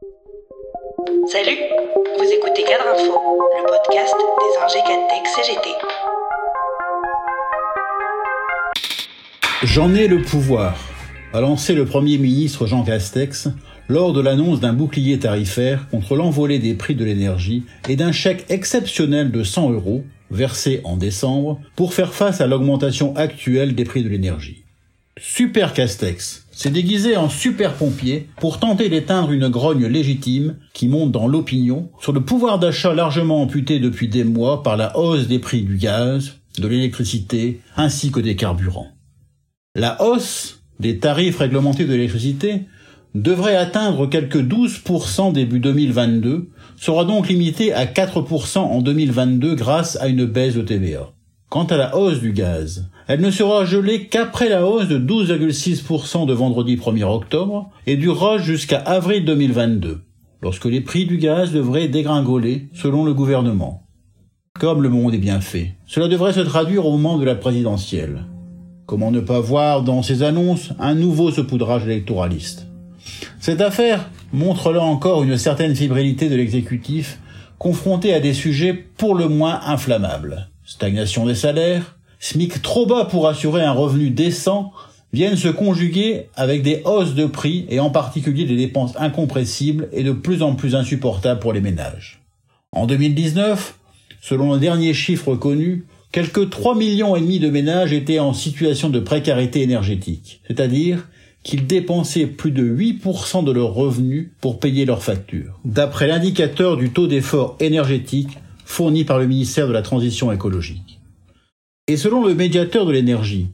Salut, vous écoutez Cadre Info, le podcast des ingés Cadtech CGT. J'en ai le pouvoir, a lancé le Premier ministre Jean Castex lors de l'annonce d'un bouclier tarifaire contre l'envolée des prix de l'énergie et d'un chèque exceptionnel de 100 € versé en décembre pour faire face à l'augmentation actuelle des prix de l'énergie. Super Castex s'est déguisé en super pompier pour tenter d'éteindre une grogne légitime qui monte dans l'opinion sur le pouvoir d'achat largement amputé depuis des mois par la hausse des prix du gaz, de l'électricité ainsi que des carburants. La hausse des tarifs réglementés de l'électricité devrait atteindre quelque 12% début 2022, sera donc limitée à 4% en 2022 grâce à une baisse de TVA. Quant à la hausse du gaz, elle ne sera gelée qu'après la hausse de 12,6% de vendredi 1er octobre et durera jusqu'à avril 2022, lorsque les prix du gaz devraient dégringoler selon le gouvernement. Comme le monde est bien fait, cela devrait se traduire au moment de la présidentielle. Comment ne pas voir dans ces annonces un nouveau saupoudrage électoraliste ? Cette affaire montre là encore une certaine fébrilité de l'exécutif confronté à des sujets pour le moins inflammables. Stagnation des salaires, SMIC trop bas pour assurer un revenu décent viennent se conjuguer avec des hausses de prix et en particulier des dépenses incompressibles et de plus en plus insupportables pour les ménages. En 2019, selon les derniers chiffres connus, quelques 3,5 millions de ménages étaient en situation de précarité énergétique, c'est-à-dire qu'ils dépensaient plus de 8% de leurs revenus pour payer leurs factures, d'après l'indicateur du taux d'effort énergétique fourni par le ministère de la Transition écologique. Et selon le médiateur de l'énergie,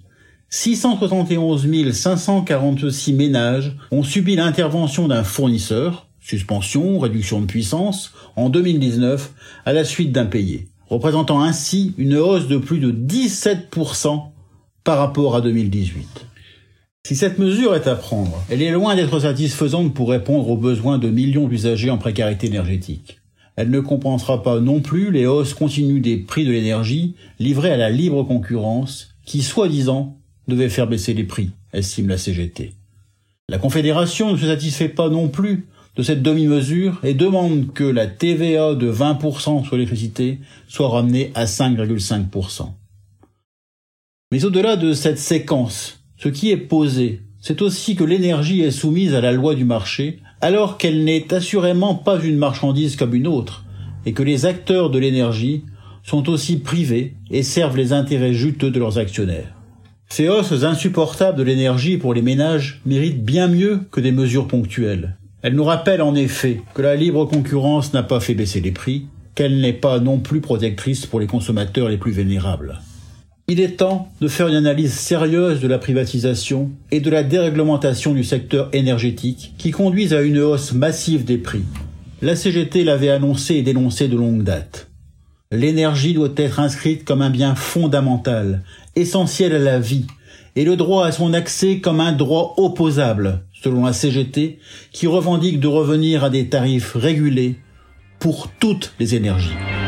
671 546 ménages ont subi l'intervention d'un fournisseur, suspension, réduction de puissance, en 2019 à la suite d'impayés, représentant ainsi une hausse de plus de 17% par rapport à 2018. Si cette mesure est à prendre, elle est loin d'être satisfaisante pour répondre aux besoins de millions d'usagers en précarité énergétique. Elle ne compensera pas non plus les hausses continues des prix de l'énergie livrées à la libre concurrence qui, soi-disant, devait faire baisser les prix, estime la CGT. La Confédération ne se satisfait pas non plus de cette demi-mesure et demande que la TVA de 20% sur l'électricité soit ramenée à 5,5%. Mais au-delà de cette séquence, ce qui est posé, c'est aussi que l'énergie est soumise à la loi du marché, alors qu'elle n'est assurément pas une marchandise comme une autre, et que les acteurs de l'énergie sont aussi privés et servent les intérêts juteux de leurs actionnaires. Ces hausses insupportables de l'énergie pour les ménages méritent bien mieux que des mesures ponctuelles. Elles nous rappellent en effet que la libre concurrence n'a pas fait baisser les prix, qu'elle n'est pas non plus protectrice pour les consommateurs les plus vulnérables. Il est temps de faire une analyse sérieuse de la privatisation et de la déréglementation du secteur énergétique qui conduisent à une hausse massive des prix. La CGT l'avait annoncé et dénoncé de longue date. L'énergie doit être inscrite comme un bien fondamental, essentiel à la vie, et le droit à son accès comme un droit opposable, selon la CGT, qui revendique de revenir à des tarifs régulés pour toutes les énergies.